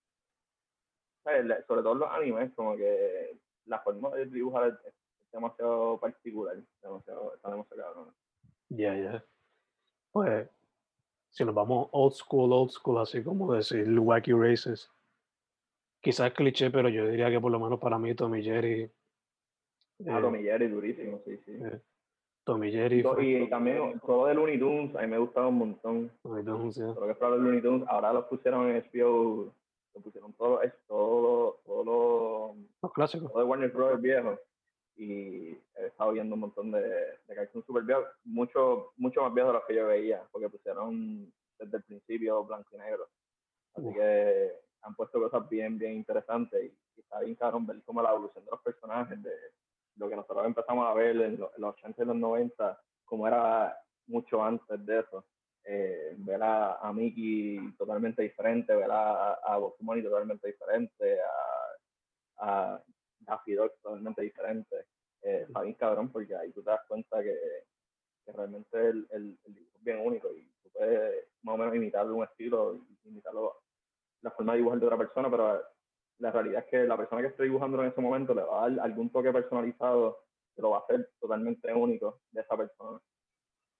¿sabes? Sobre todo los animes, como que la forma de dibujar es, es demasiado particular, demasiado, está demasiado cabrón. Yeah, yeah. Pues, si nos vamos old school, old school, así como decir Wacky Races, quizás cliché, pero yo diría que por lo menos para mí Tom y Jerry... Ah, Eh, Tom y Jerry, durísimo, sí, sí. eh, Tom y Y, Jerry to, fue... y, y también todo de Looney Tunes, a mí me gustaba un montón. Ay, no, sí. Todo lo que es para los Looney Tunes, ahora los pusieron en H B O, lo pusieron todo, es todo, todo, Los clásicos. todo de Warner Bros. Viejo. Y he estado viendo un montón de, de cartoons super viejos, mucho, mucho más viejos de los que yo veía, porque pusieron desde el principio blanco y negro. Así Uf. que han puesto cosas bien, bien interesantes y, y está bien cabrón ver como la evolución de los personajes, de lo que nosotros empezamos a ver en, lo, en los ochenta y los noventa, como era mucho antes de eso. Eh, ver a, a Mickey totalmente diferente, ver a, a Bugs Bunny totalmente diferente, a, a Daffy Duck totalmente diferente. Eh, está bien cabrón porque ahí tú te das cuenta que, que realmente el, el, el dibujo es bien único y tú puedes más o menos imitar un estilo, imitarlo, la forma de dibujar de otra persona, pero la realidad es que la persona que esté dibujando en ese momento le va a dar algún toque personalizado que lo va a hacer totalmente único de esa persona.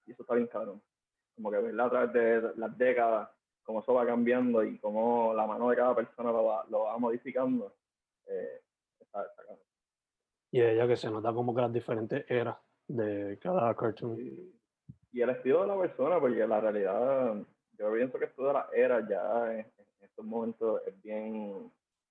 y eso está bien cabrón. Como que verla a través de las décadas, cómo eso va cambiando y cómo la mano de cada persona lo va, lo va modificando, eh, está, está cabrón. Y ella que se nota como que las diferentes eras de cada cartoon. Y, y el estilo de la persona, porque la realidad, yo pienso que esto de las eras ya en, en estos momentos es bien...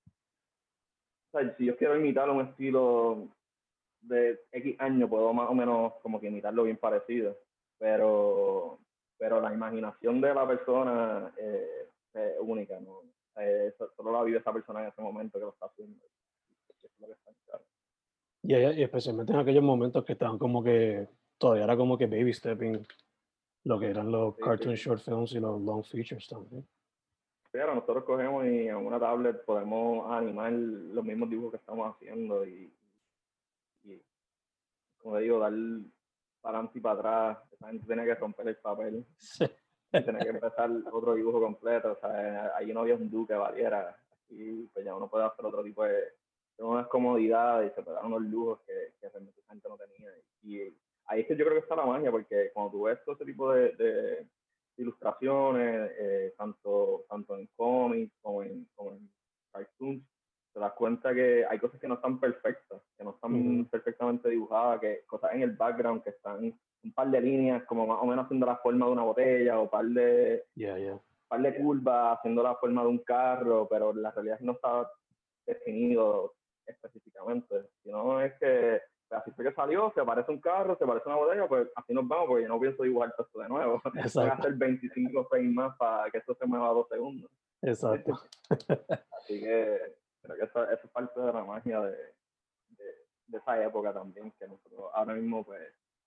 O sea, si yo quiero imitar un estilo de X años, puedo más o menos como que imitarlo bien parecido, pero, pero la imaginación de la persona eh, es única, ¿no? Eh, solo la vive esa persona en ese momento que lo está haciendo. Eso es lo que está claro. Y, ella, y especialmente en aquellos momentos que estaban como que, todavía era como que baby stepping lo que eran los Sí, cartoon sí. short films y los long features también. Pero nosotros cogemos y en una tablet podemos animar los mismos dibujos que estamos haciendo y, y como digo, dar para adelante y para atrás. Esa gente tiene que romper el papel Sí. y tiene que empezar otro dibujo completo. O sea, ahí no había un do que valiera. Y pues ya uno puede hacer otro tipo de, de unas comodidades y se puede dar unos lujos que, que realmente esa gente no tenía. Y, y ahí es que yo creo que está la magia, porque cuando tú ves todo ese tipo de, de ilustraciones, eh, tanto, tanto en cómics como en, como en cartoons, te das cuenta que hay cosas que no están perfectas, que no están Ujú. perfectamente dibujadas, que cosas en el background que están un par de líneas como más o menos haciendo la forma de una botella o par de, Yeah, yeah. par de curvas haciendo la forma de un carro, pero la realidad no está definido específicamente, sino es que así fue que salió, se parece un carro, se parece una botella, pues así nos vamos, porque yo no pienso dibujar todo esto de nuevo. Van a Exacto, hacer veinticinco frames más para que esto se mueva a dos segundos. exacto. Así que creo que eso, eso es parte de la magia de, de, de esa época también, que nosotros ahora mismo pues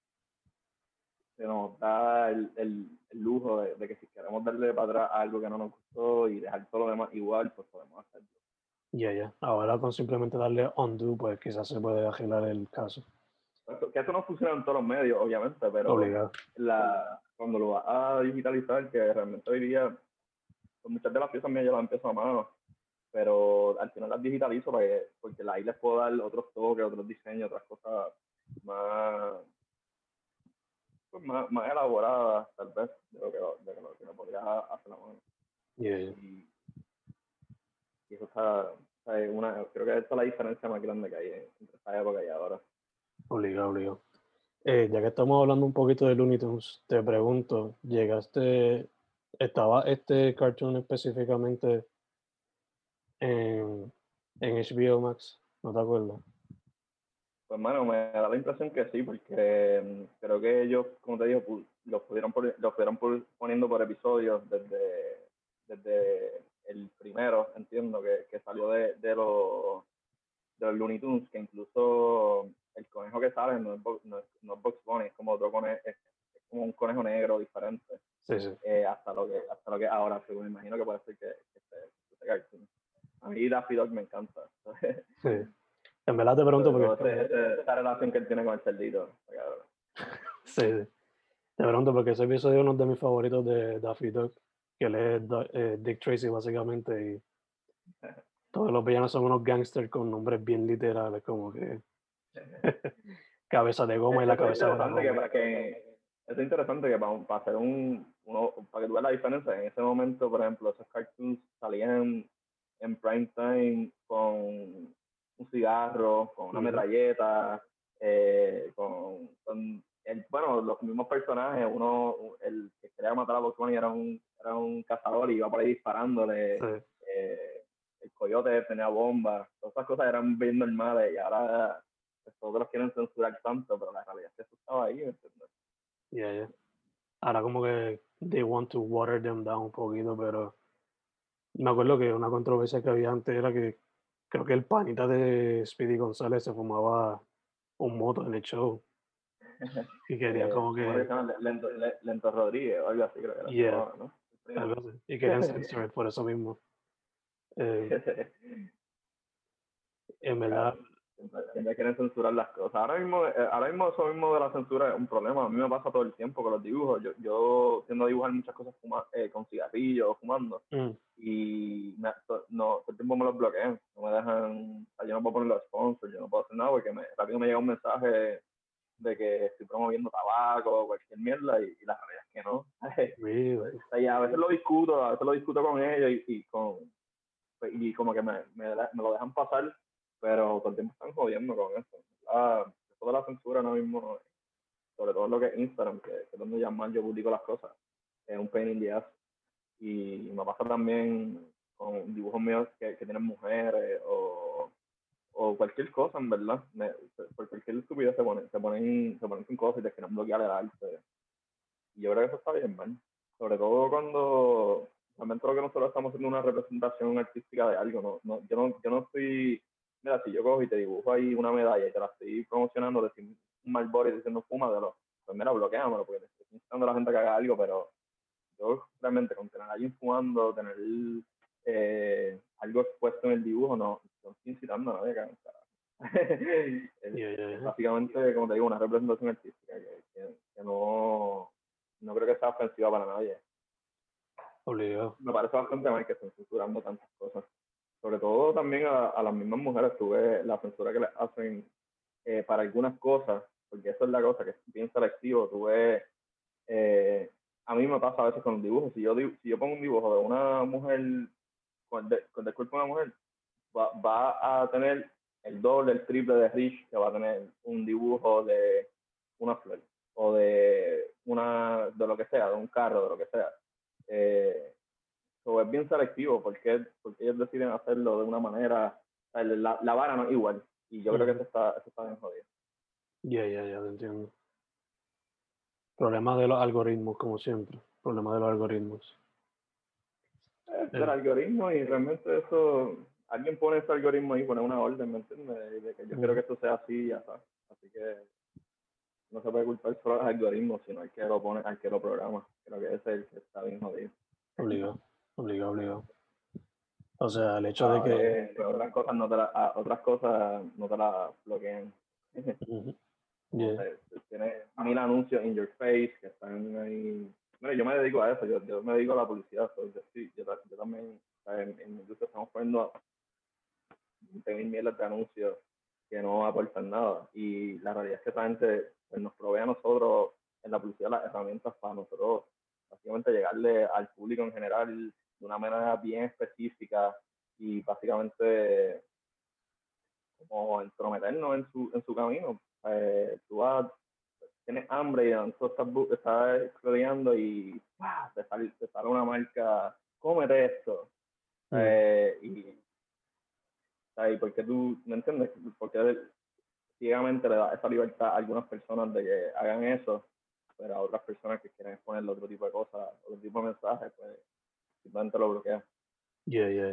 se nos da el, el, el lujo de, de que si queremos darle para atrás a algo que no nos gustó y dejar todo lo demás igual, pues podemos hacerlo. Yeah, yeah. Ahora con simplemente darle undo, pues quizás se puede arreglar el caso. Que eso no funciona en todos los medios, obviamente, pero Obligado. la, cuando lo vas a digitalizar, que realmente hoy día, pues muchas de las piezas mías yo las empiezo a mano, pero al final las digitalizo para que, porque ahí les puedo dar otros toques, otros diseños, otras cosas más, pues más, más elaboradas, tal vez, de lo que, de lo que lo podría hacer la mano. Yeah, yeah. Y, y eso está, o sea, una, creo que esta es la diferencia más grande que hay entre esta época y ahora. Obligado, obligado. Eh, ya que estamos hablando un poquito de Looney Tunes, te pregunto, ¿llegaste, estaba este cartoon específicamente en, en H B O Max? ¿No te acuerdas? Pues, mano, me da la impresión que sí, porque um, creo que ellos, como te digo, pu los pudieron, por, los pudieron por, poniendo por episodios desde, desde el primero, entiendo, que, que salió de, de, los, de los Looney Tunes, que incluso el conejo que sale no es, no es, no es Bugs Bunny, es como otro conejo, es, es como un conejo negro diferente, Sí, sí. eh, hasta lo que hasta lo que ahora, según me imagino que puede ser que, que, este, que este cartoon. A mí Daffy Duck me encanta. Sí. En verdad te pregunto Sobre todo porque, ese, ese, esa relación que él tiene con el cerdito. sí, sí. Te pregunto porque ese episodio es uno de mis favoritos de Daffy Duck, que él es eh, Dick Tracy básicamente, y todos los villanos son unos gangsters con nombres bien literales, como que cabeza de goma y la Eso es cabeza de la interesante que goma. para que es interesante que para, para hacer un uno, para que tú veas la diferencia en ese momento, por ejemplo, esos cartoons salían en prime time con un cigarro, con una Uh -huh. metralleta, eh, con, con el, bueno, los mismos personajes, uno, el que quería matar a Bugs Bunny era un, era un cazador y iba por ahí disparándole, Sí. eh, el coyote tenía bombas, todas esas cosas eran bien normales y ahora pues, todos los quieren censurar tanto, pero la realidad es que eso estaba ahí, ¿me entiendes? Yeah, yeah. Ahora como que they want to water them down un poquito, pero me acuerdo que una controversia que había antes era que creo que el panita de Speedy González se fumaba un moto en el show y quería Eh, como ¿Cómo le que, llaman? Lento, Lento Rodríguez o algo así, creo que era su yeah, nombre, ¿no? algo así, y querían censurar por eso mismo. Eh, en verdad, Siempre, siempre quieren censurar las cosas. Ahora mismo, eh, ahora mismo eso mismo de la censura es un problema. A mí me pasa todo el tiempo con los dibujos. Yo, yo tiendo a dibujar muchas cosas fuma, eh, con cigarrillos o fumando. mm, Y me, to, no, todo el tiempo me los bloquean. No me dejan, o sea, yo no puedo poner los sponsors, yo no puedo hacer nada porque me, rápido me llega un mensaje de que estoy promoviendo tabaco o cualquier mierda, y, y la realidad es que no. Really? O sea, y a veces lo discuto, a veces lo discuto con ellos y, y con y como que me, me, me lo dejan pasar, pero todo el tiempo están jodiendo con eso. Ah, toda la censura ahora mismo, sobre todo lo que es Instagram, que, que es donde ya más yo publico las cosas, es un pain in the ass. Y me pasa también con dibujos míos que, que tienen mujeres o, o cualquier cosa, en verdad. Me, por cualquier estupidez se ponen, se ponen, se ponen sin cosas y te quieren bloquear el arte. Y yo creo que eso está bien, man. Sobre todo cuando realmente lo que nosotros estamos haciendo es una representación artística de algo. No, no, yo, no, yo no estoy, mira, si yo cojo y te dibujo ahí una medalla y te la estoy promocionando, decir un Marlboro y diciendo fúmatelo, pues mira, bloqueamelo, porque te estoy incitando a la gente que haga algo, pero yo realmente con tener a alguien fumando, tener eh, algo expuesto en el dibujo, no, no estoy incitando a nadie que haga un carajo. es, Yeah, yeah, es yeah. básicamente, como te digo, una representación artística que, que, que no, no creo que sea ofensiva para nadie. Obligado. Me parece bastante mal que estén censurando tantas cosas. Sobre todo también a, a las mismas mujeres, tuve la censura que les hacen eh, para algunas cosas, porque eso es la cosa, que es bien selectivo. Tuve, eh, a mí me pasa a veces con un dibujo, si yo, si yo pongo un dibujo de una mujer, con, de, con el cuerpo de una mujer, va, va a tener el doble, el triple de reach que va a tener un dibujo de una flor o de una, de lo que sea, de un carro, de lo que sea. Eh, so es bien selectivo porque, porque ellos deciden hacerlo de una manera, o sea, la, la vara no es igual, y yo mm. creo que eso está, eso está bien jodido. Ya, ya, ya, te entiendo. Problema de los algoritmos, como siempre. Problema de los algoritmos. Es del eh. algoritmo, y realmente eso, alguien pone ese algoritmo ahí, pone una orden, ¿me entiendes? De que yo mm. quiero que esto sea así y ya está. Así que no se puede culpar solo al algoritmo, sino al que lo pone, al que lo programa. Creo que ese es el que está bien jodido. Obligado, obligado, obligado. O sea, el hecho a de que... Ver, otras cosas no te la, a, otras cosas no te las bloquean. Uh-huh. Yeah. O sea, tienes mil anuncios in your face que están ahí. Bueno, yo me dedico a eso, yo, yo me dedico a la publicidad. So, yo, sí, yo, yo también, o sea, en, en mi industria estamos poniendo veinte mil mielas de anuncios que no aportan nada. Y la realidad es que esa gente pues, nos provee a nosotros en la publicidad las herramientas para nosotros básicamente llegarle al público en general de una manera bien específica y básicamente como entrometernos en su, en su camino. Eh, tú vas, tienes hambre y entonces estás, estás exploreando y ¡pah! Te, sale, te sale una marca, cómete esto. Mm. Eh, y, ¿sabes? Porque tú, ¿me entiendes? Porque ciegamente le da esa libertad a algunas personas de que hagan eso, pero a otras personas que quieren ponerle otro tipo de cosas, otro tipo de mensajes, pues simplemente lo bloquea. Yeah, yeah.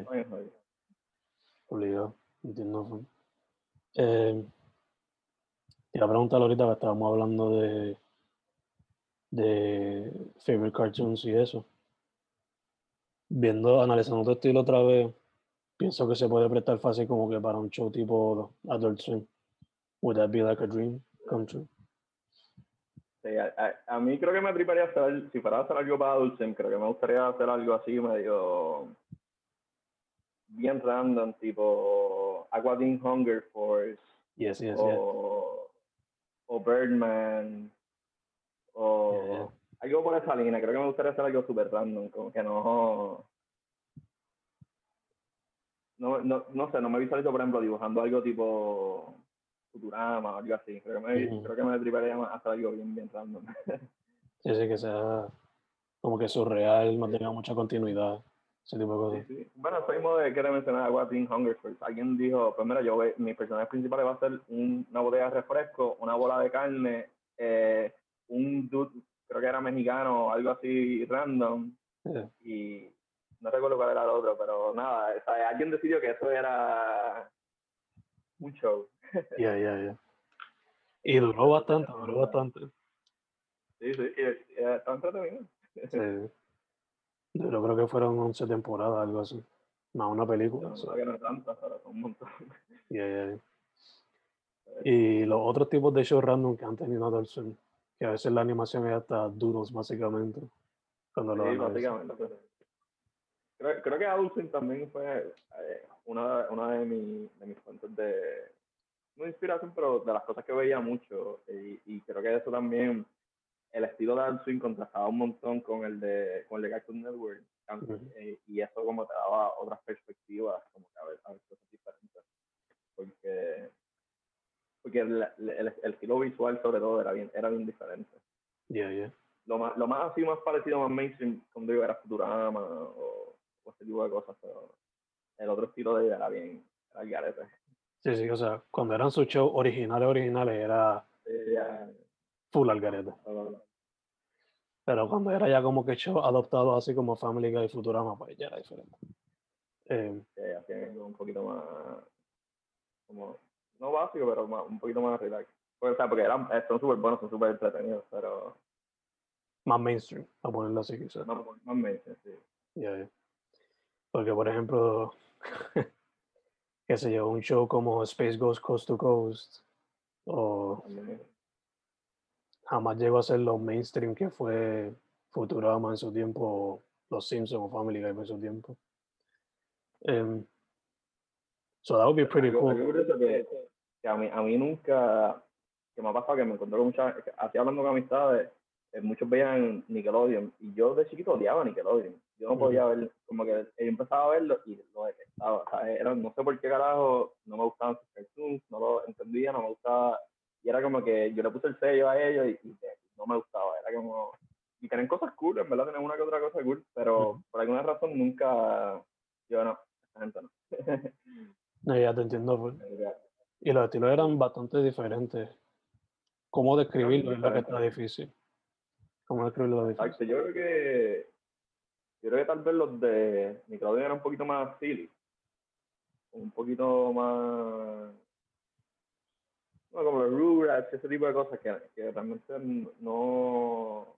Obligado, entiendo. Eh, te iba a preguntar ahorita que estábamos hablando de de favorite cartoons y eso. Viendo, analizando tu estilo otra vez, pienso que se puede prestar fácil como que para un show tipo Adult Swim. Would that be like a dream come true? Sí, a, a, a mí creo que me triparía hacer, si fuera a hacer algo para Adult Swim, creo que me gustaría hacer algo así medio bien random, tipo Aqua Teen Hunger Force, yes, yes, o, yeah. o Birdman, o yeah, yeah. algo por esa línea. Creo que me gustaría hacer algo súper random, como que no... No, no, no sé, no me visualizo, por ejemplo, dibujando algo tipo Futurama o algo así. Creo que me, mm-hmm. creo que me triparía más hacer algo bien, bien random. Sí, sí, que sea como que surreal, no tenga mucha continuidad, ese tipo de cosas. Sí, sí. Bueno, eso mismo de que te mencionaba Aqua Teen Hunger Force. Alguien dijo, pues mira, yo mi personaje principal va a ser un, una botella de refresco, una bola de carne, eh, un dude, creo que era mexicano o algo así random, yeah. Y no recuerdo cuál era el otro, pero nada, o sea, alguien decidió que eso era un show. Ya, ya, ya. Y duró bastante, duró bastante. Sí, sí, y, y, está entretenido. Sí. Yo creo que fueron once temporadas, algo así. Más una película. No, so. No, no tantas, pero son un montón. Yeah, yeah. Y los otros tipos de shows random que han tenido Adult Swim, que a veces la animación es hasta duros, básicamente. Cuando sí, lo básicamente. Creo, creo que Adult Swim también fue eh, una, una de, mi, de mis fuentes de, no inspiración, pero de las cosas que veía mucho. Y, y creo que eso también, el estilo de Adult Swim contrastaba un montón con el de, con el de Cartoon Network. Ujú. eh, y eso como te daba otras perspectivas, como que a ver, a ver cosas diferentes. Porque, porque el, el, el estilo visual sobre todo era bien, era bien diferente. Yeah, yeah. Lo más, lo más así, más parecido, más mainstream, como digo, era Futurama o, o ese tipo de cosas, pero el otro estilo de ella era bien, era el garete. Sí, sí, o sea, cuando eran sus shows originales, originales, era Eh, ya, full al garete. no, Pero cuando era ya como que show adoptado así como Family Guy y Futurama, pues ya era diferente. Eh, eh, hacían algo un poquito más, como, no básico, pero más, un poquito más relax. Pues, o sea, porque eran, eh, son súper buenos, son súper entretenidos, pero más mainstream, a ponerlo así quizás. más, más mainstream, sí. Yeah, yeah. Porque, por ejemplo, qué sé yo, un show como Space Ghost Coast to Coast, o También, jamás llegó a ser lo mainstream que fue Futurama en su tiempo, o Los Simpsons o Family Guy en su tiempo. Um, so that would be pretty algo, cool. algo curioso que, que a, mí, a mí nunca, que me ha pasado que me encontré con muchas, así hablando con amistades, eh, muchos veían Nickelodeon y yo de chiquito odiaba Nickelodeon. Yo no podía Mm-hmm. ver, como que yo empezaba a verlo y lo detestaba. O sea, era, no sé por qué carajo no me gustaban sus cartoons, no lo entendía, no me gustaba. Y era como que yo le puse el sello a ellos y, y no me gustaba. Era como. Y tenían cosas cool, en verdad, tenían una que otra cosa cool, pero Mm-hmm. por alguna razón nunca. Yo no, esta gente no. No, ya te entiendo, pues. Y los estilos eran bastante diferentes. ¿Cómo Era bien describirlo? Es lo que diferente. está difícil. ¿Cómo describirlo es Exacto, difícil? yo creo que. Yo creo que tal vez los de Nickelodeon eran un poquito más silly, un poquito más. No, como los Rugrats, ese tipo de cosas que, que realmente no.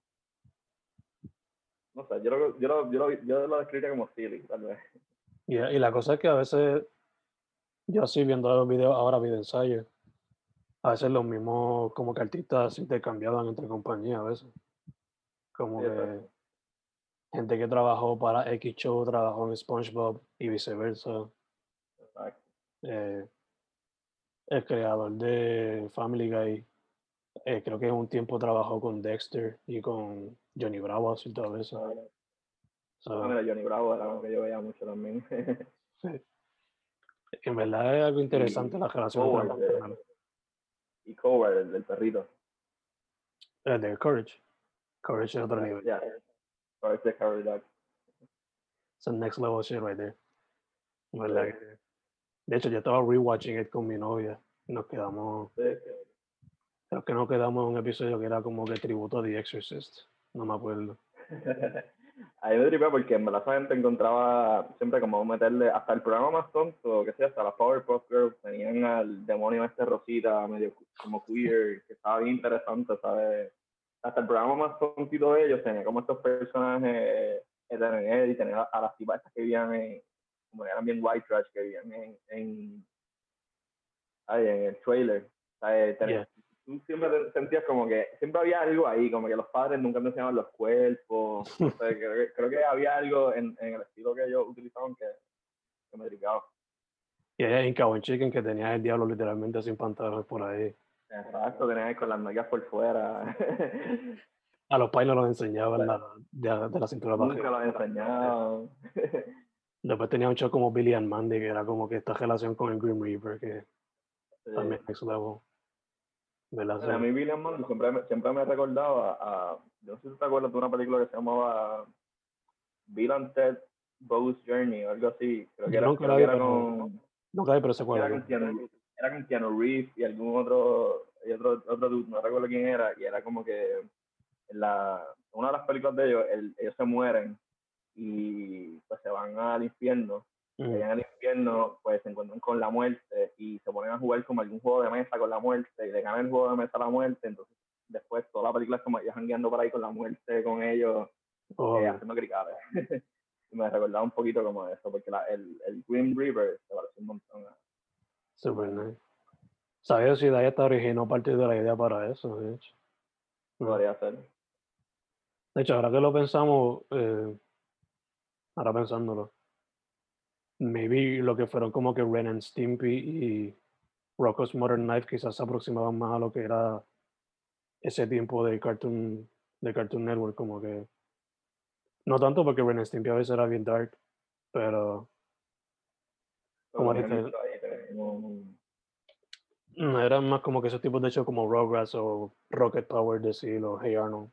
No sé, yo lo, yo lo, yo lo, yo lo describiría como silly, tal vez. Y, y la cosa es que a veces, yo así viendo los videos, ahora video ensayos, a veces los mismos como que artistas intercambiaban entre compañías a veces. Como Sí, que exacto. gente que trabajó para X Show trabajó en SpongeBob y viceversa. Exacto. Eh, el creador de Family Guy, eh, creo que en un tiempo trabajó con Dexter y con Johnny Bravo, así todo eso. Ah, ah, So, mira, Johnny Bravo era algo que yo veía mucho también. sí. En verdad es algo interesante y, la y relación entre Coward, ambos de, canales. y Coward, el del perrito. El de Courage. Courage es otro Ya, nivel. yeah, Coward de Coward Dog. It's a next level shit right there. En verdad Sí, que- de hecho, yo estaba rewatching it con mi novia. Nos quedamos, sí. creo que nos quedamos en un episodio que era como que tributo a The Exorcist. No me acuerdo. A mí me tripea porque en verdad esa gente encontraba siempre como meterle hasta el programa más tonto, que sea, hasta las Powerpuff Girls tenían al demonio este Rosita, medio como queer, que estaba bien interesante, ¿sabes? Hasta el programa más tontito de ellos tenía como estos personajes heterogenéos y tenía a las tipas estas que vivían en, como eran bien white trash, que vivían en, en, ay, en el trailer. ¿Sabes? Yeah. Tú siempre te sentías como que siempre había algo ahí, como que los padres nunca te enseñaban los cuerpos, no sé, creo que, creo que había algo en, en el estilo que ellos utilizaban que, que me tricaba. Y ella en Cowboy Chicken que tenía el diablo literalmente sin pantalones por ahí. Exacto, tenías con las nalgas por fuera. A los pais no los enseñaban la, de, de la cintura para Nunca arriba. los enseñaban. Después tenía un show como Billy and Mandy, que era como que esta relación con el Grim Reaper, que también Sí. next level. ¿Verdad? Bueno, a So, mí William Mann siempre, me- siempre me recordaba a, yo no sé si te acuerdas de una película que se llamaba Bill and Ted Bo's Journey o algo así. Creo que yo era, nunca la creo que vi, era pero con, nunca la vi, pero sé cuál era es. con Keanu, era con Keanu Reeves y algún otro, y otro, otro dude, no recuerdo quién era, y era como que en la, una de las películas de ellos, el, ellos se mueren y pues se van al infierno. Y Mm. allá en el infierno pues se encuentran con la muerte y se ponen a jugar como algún juego de mesa con la muerte y le ganan el juego de mesa a la muerte, entonces después toda la película es como ellos jangueando por ahí con la muerte, con ellos, eh, Oh, haciendo cricales. Y me recordaba un poquito como eso, porque la, el, el Grim Reaper se parece un montón a, super nice. ¿Sabía si de ahí está originó a partir de la idea para eso? De hecho, no. podría ser. De hecho, ahora que lo pensamos, eh, ahora pensándolo, maybe lo que fueron como que Ren and Stimpy y Rocko's Modern Knife quizás se aproximaban más a lo que era ese tiempo de Cartoon, de Cartoon Network, como que no tanto porque Ren and Stimpy a veces era bien dark, pero como Pero también dices, visto ahí, tenemos un- no, eran más como que esos tipos de shows como Rugrats o Rocket Power decir o Hey Arnold.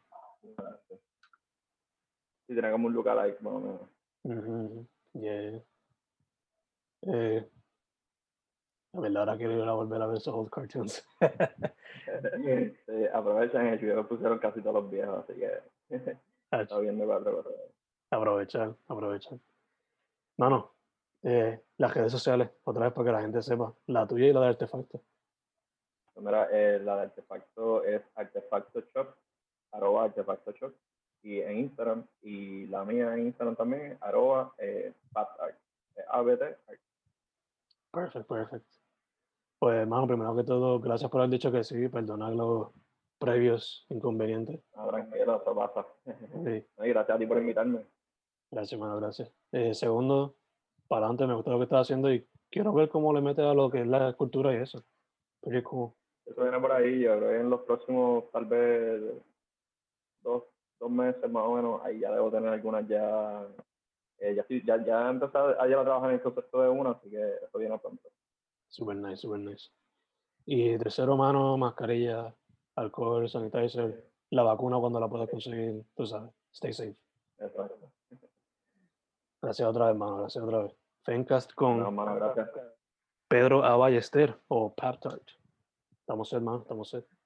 sí, tenía como un lookalike más o menos. Ujú, yeah. Eh, la verdad ahora quiero ir a volver a ver esos old cartoons. Sí, aprovechan el H B O, pusieron casi todos los viejos, así que está viendo cuatro cosas. Aprovechar, aprovechar. Mano, eh, las redes sociales, otra vez para que la gente sepa, la tuya y la de Artefacto. Mira, eh, la de Artefacto es Artefacto Shop, arroba Artefacto Shop, y en Instagram, y la mía en Instagram también, arroba eh, PatArt, eh, A B T Art. Perfect, perfect. Pues, mano, primero que todo, gracias por haber dicho que sí, perdona los previos inconvenientes. Ah, tranquilo, eso pasa. Sí, No, y gracias a ti por invitarme. gracias, mano, gracias. Eh, segundo, para adelante, me gusta lo que estás haciendo y quiero ver cómo le metes a lo que es la escultura y eso. Porque es como, Eso viene por ahí, yo creo que en los próximos, tal vez, dos, dos meses más o menos, ahí ya debo tener algunas ya. Eh, ya, estoy- ya, ya empecé a, ayer a trabajar en el concepto de una, así que eso viene pronto. super nice, super nice. Y tercero, mano, mascarilla, alcohol, sanitizer, la vacuna cuando la puedas conseguir, tú sabes, stay safe. Exacto. Gracias otra vez, mano, gracias otra vez. Fencast No, con hermano, gracias. Pedro A. Ballester o Pap Tart. Estamos set, mano, estamos set.